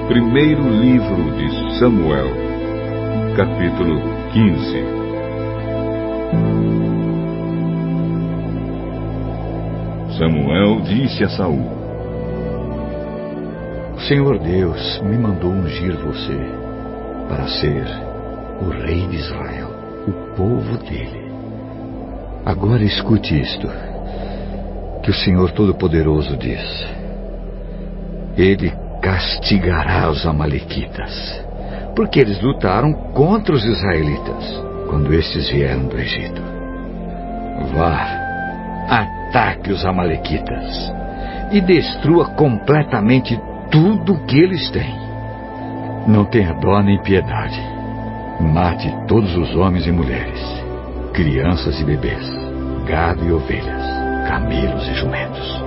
Primeiro livro de Samuel, capítulo 15. Samuel disse a Saul: O Senhor Deus me mandou ungir você para ser o rei de Israel, o povo dele. Agora escute isto, que o Senhor Todo-Poderoso diz: Ele castigará os amalequitas, porque eles lutaram contra os israelitas quando estes vieram do Egito. Vá, ataque os amalequitas e destrua completamente tudo o que eles têm. Não tenha dó nem piedade. Mate todos os homens e mulheres, crianças e bebês, gado e ovelhas, camelos e jumentos.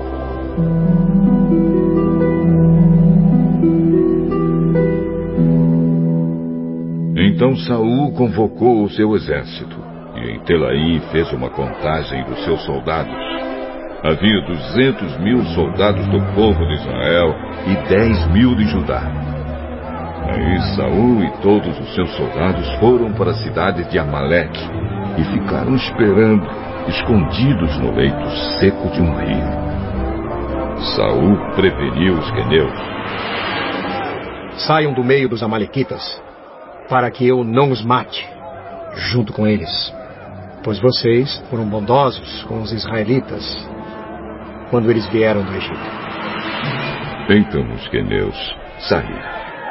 Então Saul convocou o seu exército, e em Telaim fez uma contagem dos seus soldados. Havia 200.000 soldados do povo de Israel e 10.000 de Judá. Aí Saul e todos os seus soldados foram para a cidade de Amaleque e ficaram esperando, escondidos no leito seco de um rio. Saul preveniu os queneus: Saiam do meio dos amalequitas, para que eu não os mate junto com eles, pois vocês foram bondosos com os israelitas quando eles vieram do Egito. Então os queneus saíram.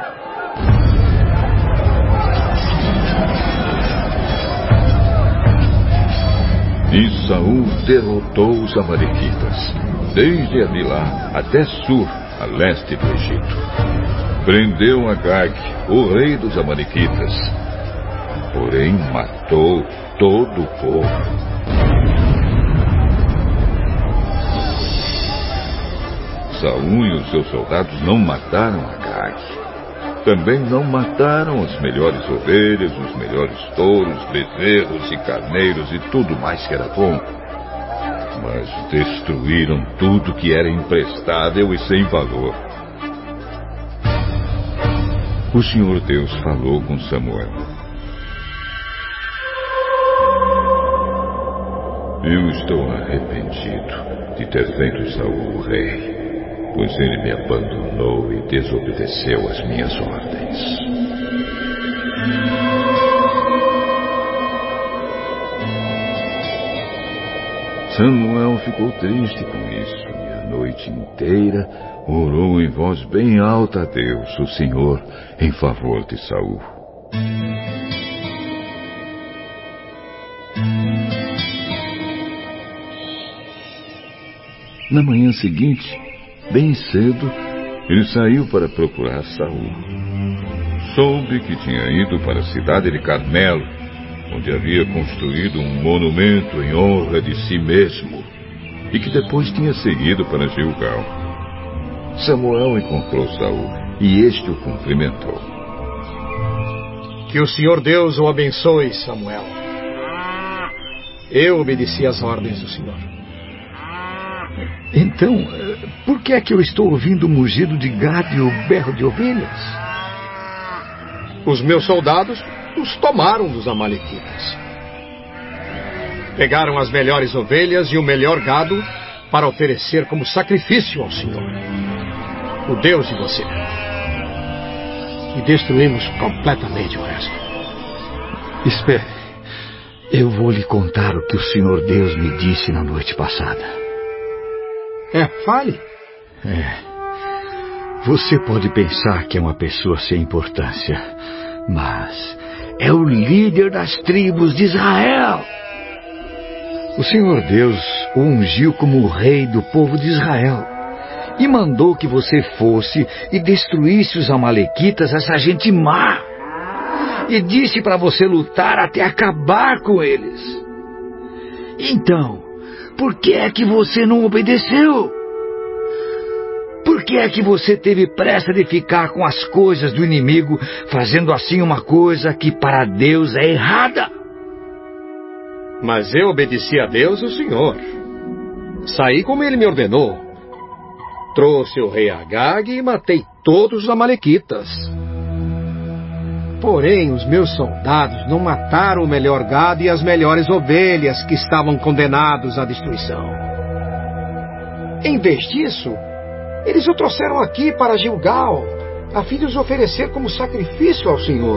E Saul derrotou os amalequitas, desde Avilá até Sur, a leste do Egito. Prendeu Agag, o rei dos amalequitas, porém matou todo o povo. Saul e os seus soldados não mataram Agag. Também não mataram as melhores ovelhas, os melhores touros, bezerros e carneiros e tudo mais que era bom. Mas destruíram tudo que era imprestável e sem valor. O Senhor Deus falou com Samuel: Eu estou arrependido de ter feito Saul o rei, pois ele me abandonou e desobedeceu às minhas ordens. Samuel ficou triste com isso e a noite inteira orou em voz bem alta a Deus, o Senhor, em favor de Saul. Na manhã seguinte, bem cedo, ele saiu para procurar Saul. Soube que tinha ido para a cidade de Carmelo, onde havia construído um monumento em honra de si mesmo, e que depois tinha seguido para Gilgal. Samuel encontrou Saul e este o cumprimentou. Que o Senhor Deus o abençoe, Samuel. Eu obedeci às ordens do Senhor. Então, por que é que eu estou ouvindo o mugido de gado e o berro de ovelhas? Os meus soldados os tomaram dos amalequitas. Pegaram as melhores ovelhas e o melhor gado para oferecer como sacrifício ao Senhor, o Deus de você. E destruímos completamente o resto. Espere, eu vou lhe contar o que o Senhor Deus me disse na noite passada. Fale. Você pode pensar que é uma pessoa sem importância, mas é o líder das tribos de Israel. O Senhor Deus o ungiu como o rei do povo de Israel e mandou que você fosse e destruísse os amalequitas, essa gente má, e disse para você lutar até acabar com eles. Então, por que é que você não obedeceu? Por que é que você teve pressa de ficar com as coisas do inimigo, fazendo assim uma coisa que para Deus é errada? Mas eu obedeci a Deus e o Senhor. Saí como Ele me ordenou. Trouxe o rei Agag e matei todos os amalequitas. Porém, os meus soldados não mataram o melhor gado e as melhores ovelhas que estavam condenados à destruição. Em vez disso, eles o trouxeram aqui para Gilgal, a fim de os oferecer como sacrifício ao Senhor,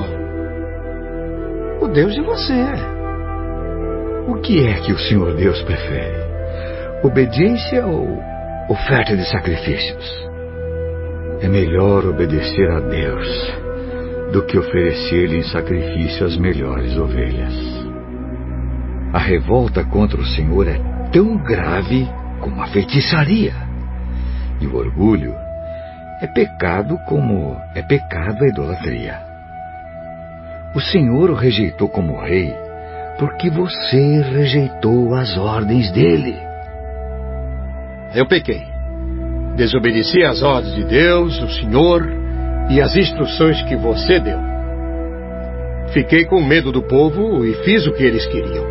o Deus de você. O que é que o Senhor Deus prefere? Obediência ou oferta de sacrifícios? É melhor obedecer a Deus do que oferecer-lhe em sacrifício as melhores ovelhas. A revolta contra o Senhor é tão grave como a feitiçaria. E o orgulho é pecado como é pecado a idolatria. O Senhor o rejeitou como rei porque você rejeitou as ordens dele. Eu pequei. Desobedeci às ordens de Deus, o Senhor, e as instruções que você deu. Fiquei com medo do povo e fiz o que eles queriam.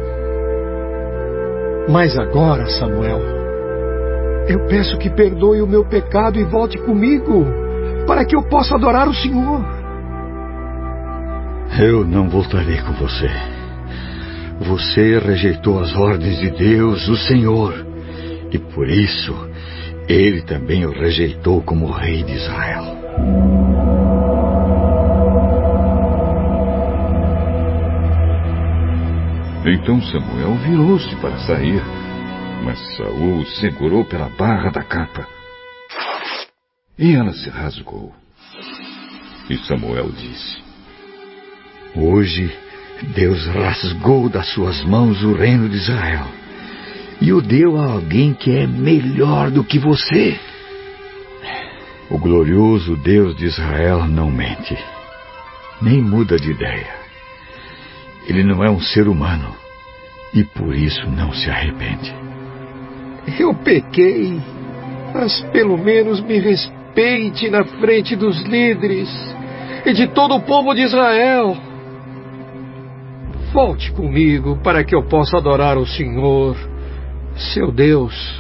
Mas agora, Samuel, eu peço que perdoe o meu pecado e volte comigo, para que eu possa adorar o Senhor. Eu não voltarei com você. Você rejeitou as ordens de Deus, o Senhor, e por isso ele também o rejeitou como rei de Israel. Então Samuel virou-se para sair, mas Saul o segurou pela barra da capa. E ela se rasgou. E Samuel disse: Hoje Deus rasgou das suas mãos o reino de Israel e o deu a alguém que é melhor do que você. O glorioso Deus de Israel não mente, nem muda de ideia. Ele não é um ser humano e por isso não se arrepende. Eu pequei, mas pelo menos me respeite na frente dos líderes e de todo o povo de Israel. Volte comigo para que eu possa adorar o Senhor, seu Deus.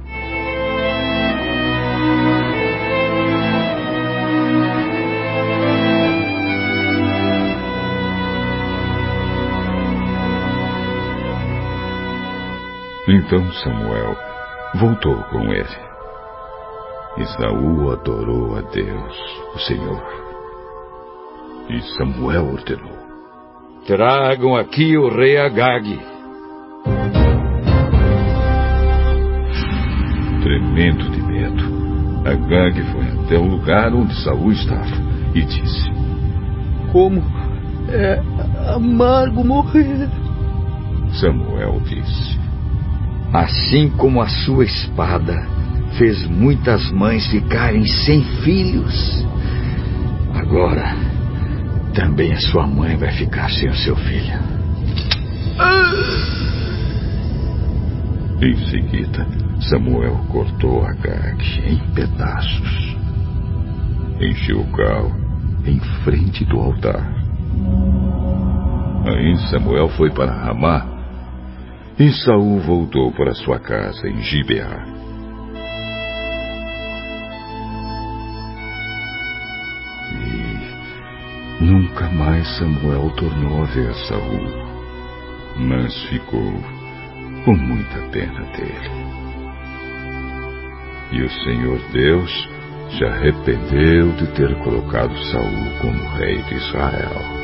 Então Samuel voltou com ele. E Saul adorou a Deus, o Senhor. E Samuel ordenou: Tragam aqui o rei Agag. Tremendo de medo, Agag foi até o lugar onde Saul estava e disse: Como é amargo morrer. Samuel disse: Assim como a sua espada fez muitas mães ficarem sem filhos, agora também a sua mãe vai ficar sem o seu filho. Em seguida, Samuel cortou Agag em pedaços, em Gilgal, em frente do altar. Aí Samuel foi para Ramá, e Saul voltou para sua casa em Gibeá. E nunca mais Samuel tornou a ver Saul, mas ficou com muita pena dele. E o Senhor Deus se arrependeu de ter colocado Saul como rei de Israel.